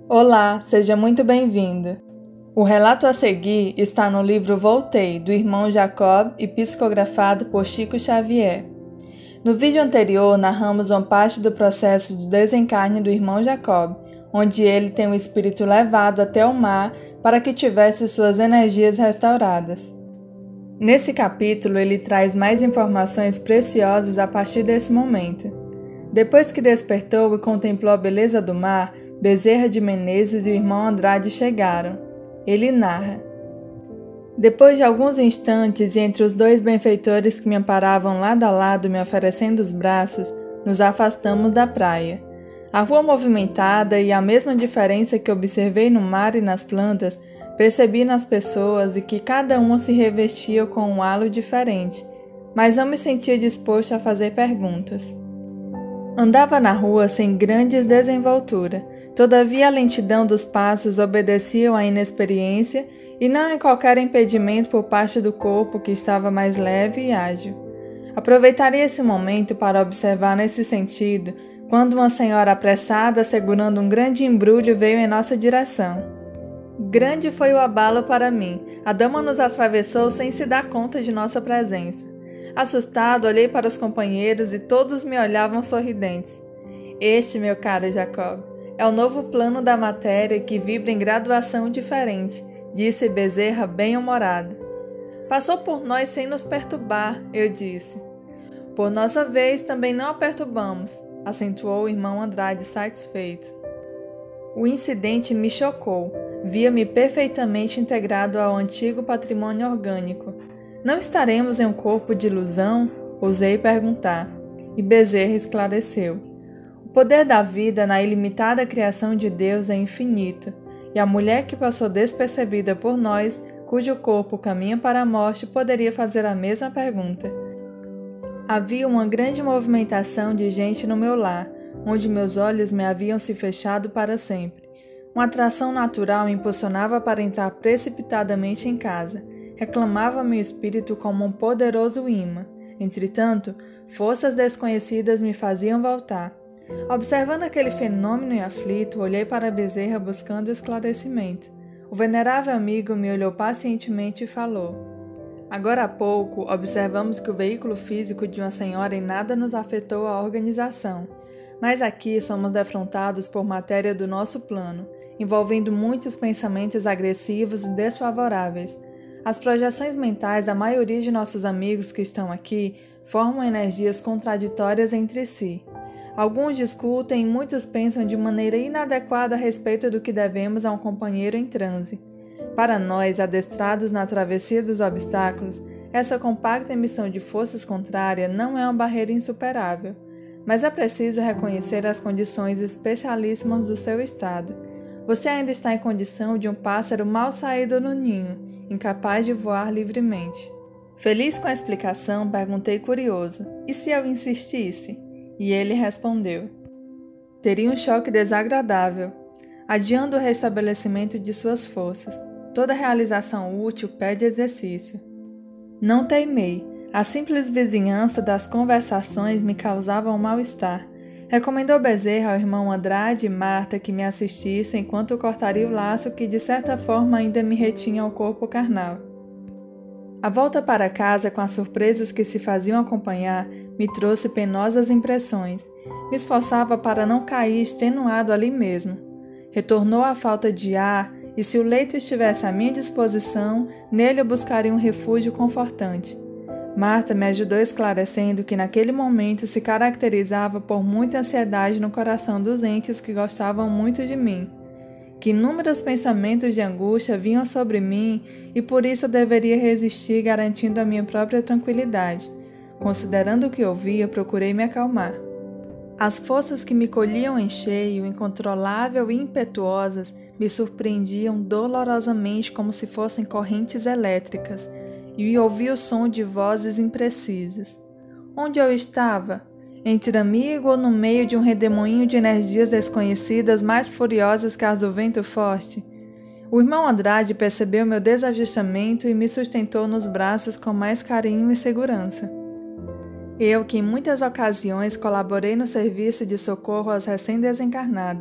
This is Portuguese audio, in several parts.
Olá, seja muito bem-vindo. O relato a seguir está no livro Voltei, do irmão Jacob e psicografado por Chico Xavier. No vídeo anterior, narramos uma parte do processo do desencarne do irmão Jacob, onde ele tem o espírito levado até o mar para que tivesse suas energias restauradas. Nesse capítulo, ele traz mais informações preciosas a partir desse momento. Depois que despertou e contemplou a beleza do mar, Bezerra de Menezes e o irmão Andrade chegaram. Ele narra: depois de alguns instantes e entre os dois benfeitores que me amparavam lado a lado me oferecendo os braços, nos afastamos da praia. A rua movimentada e a mesma diferença que observei no mar e nas plantas, percebi nas pessoas e que cada uma se revestia com um halo diferente, mas não me sentia disposto a fazer perguntas. Andava na rua sem grandes desenvoltura, todavia a lentidão dos passos obedecia à inexperiência e não em qualquer impedimento por parte do corpo que estava mais leve e ágil. Aproveitaria esse momento para observar nesse sentido, quando uma senhora apressada segurando um grande embrulho veio em nossa direção. Grande foi o abalo para mim, a dama nos atravessou sem se dar conta de nossa presença. Assustado, olhei para os companheiros e todos me olhavam sorridentes. Este, meu caro Jacob, é o novo plano da matéria que vibra em graduação diferente, disse Bezerra bem-humorado. Passou por nós sem nos perturbar, eu disse. Por nossa vez, também não a perturbamos, acentuou o irmão Andrade satisfeito. O incidente me chocou. Via-me perfeitamente integrado ao antigo patrimônio orgânico. Não estaremos em um corpo de ilusão? Ousei perguntar, e Bezerra esclareceu. O poder da vida na ilimitada criação de Deus é infinito, e a mulher que passou despercebida por nós, cujo corpo caminha para a morte, poderia fazer a mesma pergunta. Havia uma grande movimentação de gente no meu lar, onde meus olhos me haviam se fechado para sempre. Uma atração natural me impulsionava para entrar precipitadamente em casa. Reclamava meu espírito como um poderoso imã. Entretanto, forças desconhecidas me faziam voltar. Observando aquele fenômeno e aflito, olhei para Bezerra buscando esclarecimento. O venerável amigo me olhou pacientemente e falou. Agora há pouco, observamos que o veículo físico de uma senhora em nada nos afetou a organização. Mas aqui somos defrontados por matéria do nosso plano, envolvendo muitos pensamentos agressivos e desfavoráveis. As projeções mentais da maioria de nossos amigos que estão aqui formam energias contraditórias entre si. Alguns discutem e muitos pensam de maneira inadequada a respeito do que devemos a um companheiro em transe. Para nós, adestrados na travessia dos obstáculos, essa compacta emissão de forças contrárias não é uma barreira insuperável, mas é preciso reconhecer as condições especialíssimas do seu estado. Você ainda está em condição de um pássaro mal saído no ninho, incapaz de voar livremente. Feliz com a explicação, perguntei curioso, e se eu insistisse? E ele respondeu. Teria um choque desagradável, adiando o restabelecimento de suas forças. Toda realização útil pede exercício. Não teimei. A simples vizinhança das conversações me causava um mal-estar. Recomendou Bezerra ao irmão Andrade e Marta que me assistissem enquanto cortaria o laço que de certa forma ainda me retinha ao corpo carnal. A volta para casa com as surpresas que se faziam acompanhar me trouxe penosas impressões. Me esforçava para não cair extenuado ali mesmo. Retornou a falta de ar e se o leito estivesse à minha disposição, nele eu buscaria um refúgio confortante. Marta me ajudou esclarecendo que naquele momento se caracterizava por muita ansiedade no coração dos entes que gostavam muito de mim, que inúmeros pensamentos de angústia vinham sobre mim e por isso eu deveria resistir garantindo a minha própria tranquilidade. Considerando o que ouvia, procurei me acalmar. As forças que me colhiam em cheio, incontrolável e impetuosas, me surpreendiam dolorosamente como se fossem correntes elétricas, e ouvi o som de vozes imprecisas. Onde eu estava? Entre amigo ou no meio de um redemoinho de energias desconhecidas mais furiosas que as do vento forte? O irmão Andrade percebeu meu desajustamento e me sustentou nos braços com mais carinho e segurança. Eu, que em muitas ocasiões colaborei no serviço de socorro aos recém-desencarnados,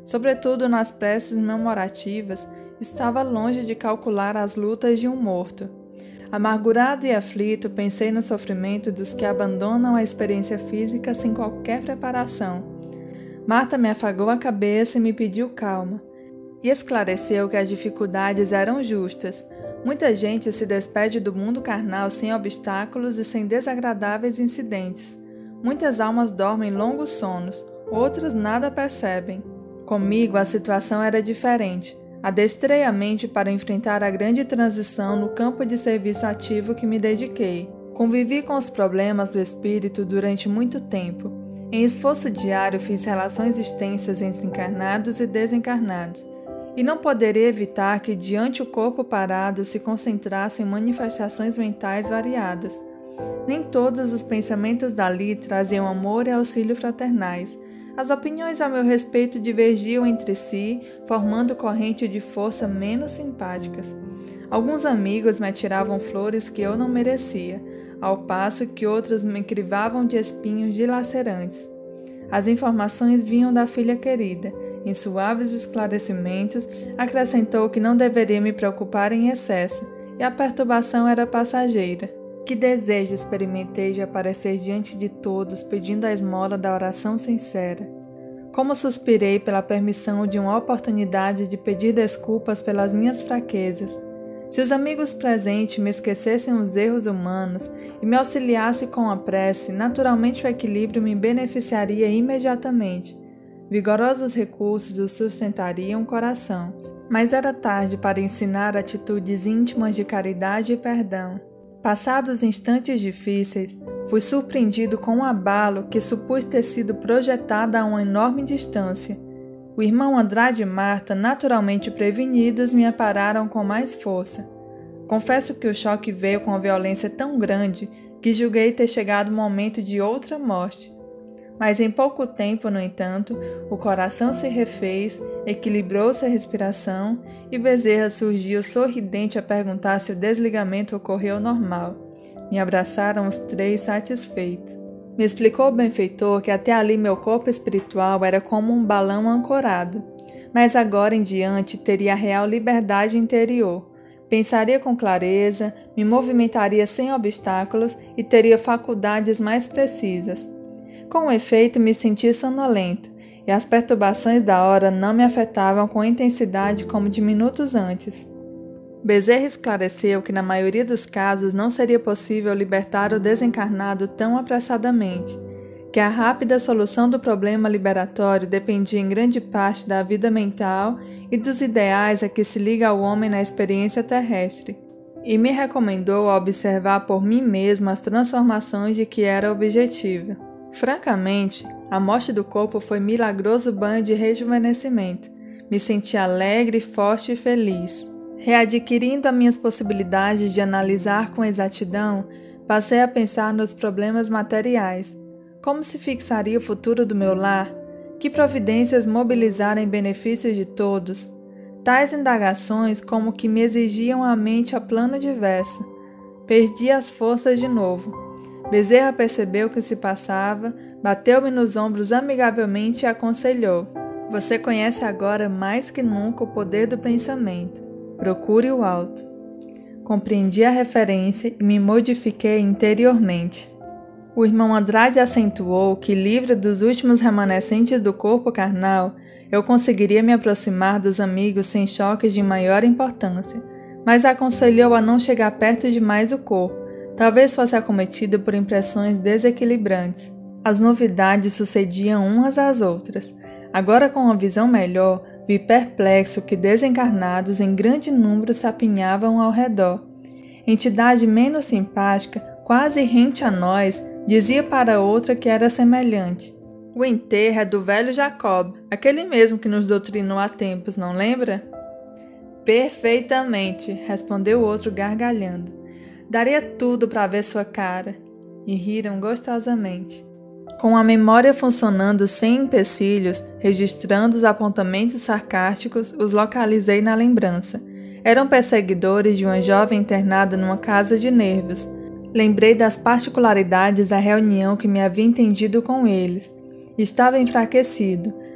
sobretudo nas preces memorativas, estava longe de calcular as lutas de um morto. Amargurado e aflito, pensei no sofrimento dos que abandonam a experiência física sem qualquer preparação. Marta me afagou a cabeça e me pediu calma, e esclareceu que as dificuldades eram justas. Muita gente se despede do mundo carnal sem obstáculos e sem desagradáveis incidentes. Muitas almas dormem longos sonos, outras nada percebem. Comigo a situação era diferente. Adestrei a mente para enfrentar a grande transição no campo de serviço ativo que me dediquei. Convivi com os problemas do espírito durante muito tempo. Em esforço diário fiz relações extensas entre encarnados e desencarnados. E não poderia evitar que diante o corpo parado se concentrassem manifestações mentais variadas. Nem todos os pensamentos dali traziam amor e auxílio fraternais. As opiniões a meu respeito divergiam entre si, formando corrente de força menos simpáticas. Alguns amigos me atiravam flores que eu não merecia, ao passo que outros me crivavam de espinhos dilacerantes. As informações vinham da filha querida. Em suaves esclarecimentos, acrescentou que não deveria me preocupar em excesso, e a perturbação era passageira. Que desejo experimentei de aparecer diante de todos pedindo a esmola da oração sincera. Como suspirei pela permissão de uma oportunidade de pedir desculpas pelas minhas fraquezas. Se os amigos presentes me esquecessem os erros humanos e me auxiliassem com a prece, naturalmente o equilíbrio me beneficiaria imediatamente. Vigorosos recursos o sustentariam o coração, mas era tarde para ensinar atitudes íntimas de caridade e perdão. Passados instantes difíceis, fui surpreendido com um abalo que supus ter sido projetado a uma enorme distância. O irmão Andrade e Marta, naturalmente prevenidos, me apararam com mais força. Confesso que o choque veio com uma violência tão grande que julguei ter chegado o momento de outra morte. Mas em pouco tempo, no entanto, o coração se refez, equilibrou-se a respiração e Bezerra surgiu sorridente a perguntar se o desligamento ocorreu normal. Me abraçaram os três satisfeitos. Me explicou o benfeitor que até ali meu corpo espiritual era como um balão ancorado, mas agora em diante teria real liberdade interior. Pensaria com clareza, me movimentaria sem obstáculos e teria faculdades mais precisas. Com efeito, me senti sonolento, e as perturbações da hora não me afetavam com intensidade como de minutos antes. Bezerra esclareceu que na maioria dos casos não seria possível libertar o desencarnado tão apressadamente, que a rápida solução do problema liberatório dependia em grande parte da vida mental e dos ideais a que se liga o homem na experiência terrestre, e me recomendou a observar por mim mesmo as transformações de que era objetiva. Francamente, a morte do corpo foi milagroso banho de rejuvenescimento. Me senti alegre, forte e feliz. Readquirindo as minhas possibilidades de analisar com exatidão, passei a pensar nos problemas materiais. Como se fixaria o futuro do meu lar? Que providências mobilizar em benefício de todos? Tais indagações como que me exigiam a mente a plano diverso. Perdi as forças de novo. Bezerra percebeu o que se passava, bateu-me nos ombros amigavelmente e aconselhou: "Você conhece agora mais que nunca o poder do pensamento. Procure o alto." Compreendi a referência e me modifiquei interiormente. O irmão Andrade acentuou que, livre dos últimos remanescentes do corpo carnal, eu conseguiria me aproximar dos amigos sem choques de maior importância, mas aconselhou a não chegar perto demais do corpo. Talvez fosse acometido por impressões desequilibrantes. As novidades sucediam umas às outras. Agora, com uma visão melhor, vi perplexo que desencarnados em grande número se apinhavam ao redor. Entidade menos simpática, quase rente a nós, dizia para outra que era semelhante. "O enterro é do velho Jacob, aquele mesmo que nos doutrinou há tempos, não lembra?" "Perfeitamente", respondeu o outro gargalhando. "Daria tudo para ver sua cara." E riram gostosamente. Com a memória funcionando sem empecilhos, registrando os apontamentos sarcásticos, os localizei na lembrança. Eram perseguidores de uma jovem internada numa casa de nervos. Lembrei das particularidades da reunião que me havia entendido com eles. Estava enfraquecido,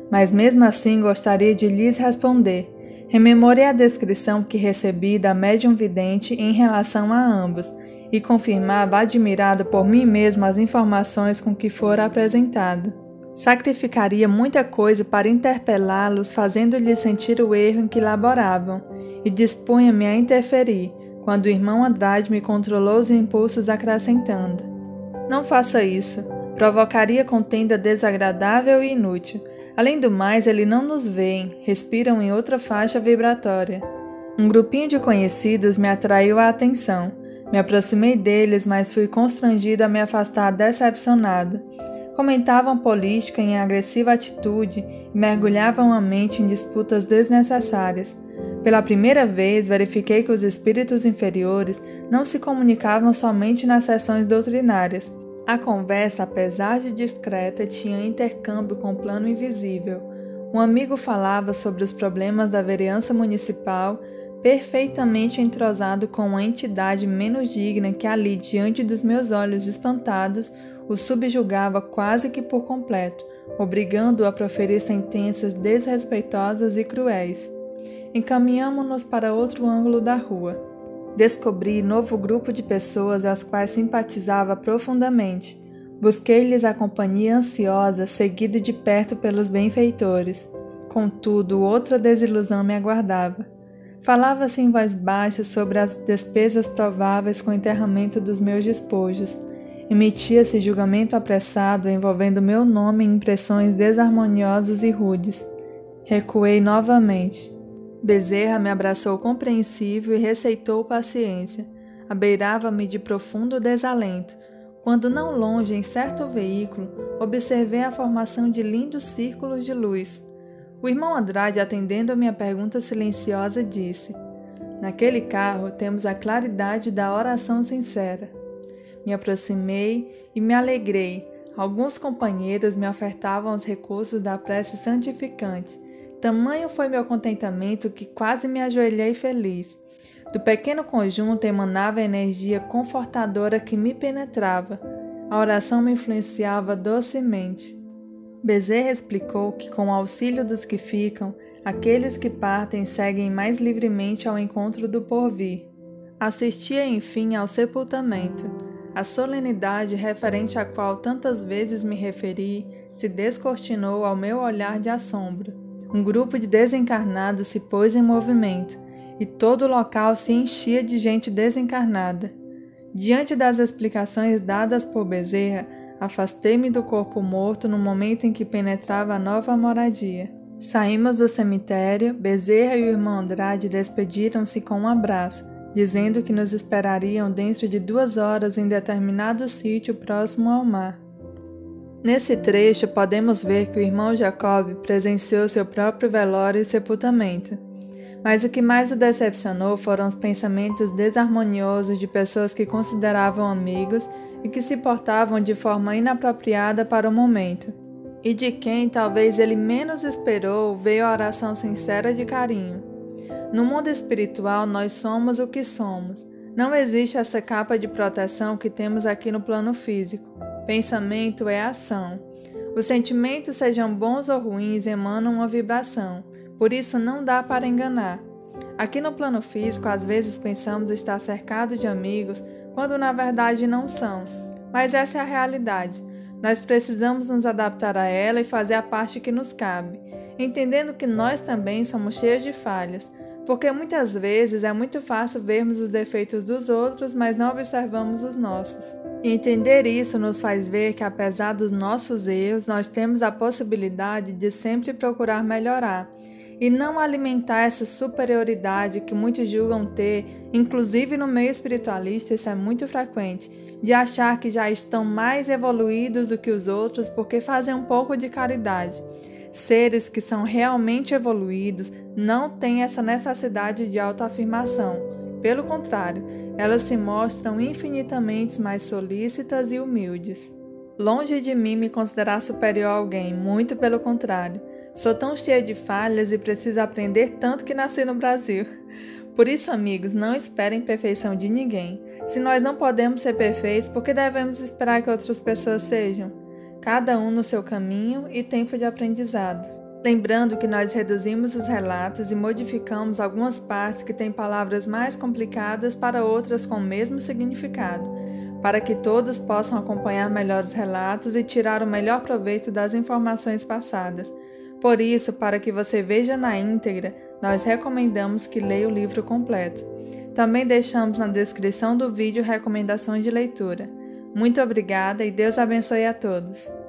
mas mesmo assim gostaria de lhes responder. Rememorei a descrição que recebi da médium vidente em relação a ambos e confirmava admirado por mim mesmo as informações com que fora apresentado. Sacrificaria muita coisa para interpelá-los, fazendo-lhes sentir o erro em que laboravam, e dispunha-me a interferir, quando o irmão Andrade me controlou os impulsos acrescentando: "Não faça isso, provocaria contenda desagradável e inútil. Além do mais, eles não nos veem, respiram em outra faixa vibratória." Um grupinho de conhecidos me atraiu a atenção. Me aproximei deles, mas fui constrangido a me afastar decepcionado. Comentavam política em agressiva atitude e mergulhavam a mente em disputas desnecessárias. Pela primeira vez, verifiquei que os espíritos inferiores não se comunicavam somente nas sessões doutrinárias. A conversa, apesar de discreta, tinha intercâmbio com o plano invisível. Um amigo falava sobre os problemas da vereança municipal, perfeitamente entrosado com uma entidade menos digna que ali, diante dos meus olhos espantados, o subjugava quase que por completo, obrigando-o a proferir sentenças desrespeitosas e cruéis. Encaminhamo-nos para outro ângulo da rua. Descobri novo grupo de pessoas às quais simpatizava profundamente. Busquei-lhes a companhia ansiosa, seguido de perto pelos benfeitores. Contudo, outra desilusão me aguardava. Falava-se em voz baixa sobre as despesas prováveis com o enterramento dos meus despojos. Emitia-se julgamento apressado envolvendo meu nome em impressões desarmoniosas e rudes. Recuei novamente. Bezerra me abraçou compreensivo e receitou paciência. Abeirava-me de profundo desalento, quando não longe, em certo veículo, observei a formação de lindos círculos de luz. O irmão Andrade, atendendo a minha pergunta silenciosa, disse: "Naquele carro temos a claridade da oração sincera." Me aproximei e me alegrei. Alguns companheiros me ofertavam os recursos da prece santificante. Tamanho foi meu contentamento que quase me ajoelhei feliz. Do pequeno conjunto emanava a energia confortadora que me penetrava. A oração me influenciava docemente. Bezerra explicou que, com o auxílio dos que ficam, aqueles que partem seguem mais livremente ao encontro do porvir. Assistia, enfim, ao sepultamento. A solenidade referente à qual tantas vezes me referi se descortinou ao meu olhar de assombro. Um grupo de desencarnados se pôs em movimento, e todo o local se enchia de gente desencarnada. Diante das explicações dadas por Bezerra, afastei-me do corpo morto no momento em que penetrava a nova moradia. Saímos do cemitério, Bezerra e o irmão Andrade despediram-se com um abraço, dizendo que nos esperariam dentro de 2 horas em determinado sítio próximo ao mar. Nesse trecho, podemos ver que o irmão Jacob presenciou seu próprio velório e sepultamento. Mas o que mais o decepcionou foram os pensamentos desarmoniosos de pessoas que consideravam amigos e que se portavam de forma inapropriada para o momento. E de quem talvez ele menos esperou veio a oração sincera de carinho. No mundo espiritual, nós somos o que somos. Não existe essa capa de proteção que temos aqui no plano físico. Pensamento é ação. Os sentimentos, sejam bons ou ruins, emanam uma vibração. Por isso não dá para enganar. Aqui no plano físico, às vezes pensamos estar cercado de amigos, quando na verdade não são. Mas essa é a realidade. Nós precisamos nos adaptar a ela e fazer a parte que nos cabe, entendendo que nós também somos cheios de falhas, porque muitas vezes é muito fácil vermos os defeitos dos outros, mas não observamos os nossos. E entender isso nos faz ver que, apesar dos nossos erros, nós temos a possibilidade de sempre procurar melhorar e não alimentar essa superioridade que muitos julgam ter, inclusive no meio espiritualista isso é muito frequente, de achar que já estão mais evoluídos do que os outros porque fazem um pouco de caridade. Seres que são realmente evoluídos não têm essa necessidade de autoafirmação. Pelo contrário, elas se mostram infinitamente mais solícitas e humildes. Longe de mim me considerar superior a alguém, muito pelo contrário. Sou tão cheia de falhas e preciso aprender tanto que nasci no Brasil. Por isso, amigos, não esperem perfeição de ninguém. Se nós não podemos ser perfeitos, por que devemos esperar que outras pessoas sejam? Cada um no seu caminho e tempo de aprendizado. Lembrando que nós reduzimos os relatos e modificamos algumas partes que têm palavras mais complicadas para outras com o mesmo significado, para que todos possam acompanhar melhor os relatos e tirar o melhor proveito das informações passadas. Por isso, para que você veja na íntegra, nós recomendamos que leia o livro completo. Também deixamos na descrição do vídeo recomendações de leitura. Muito obrigada e Deus abençoe a todos!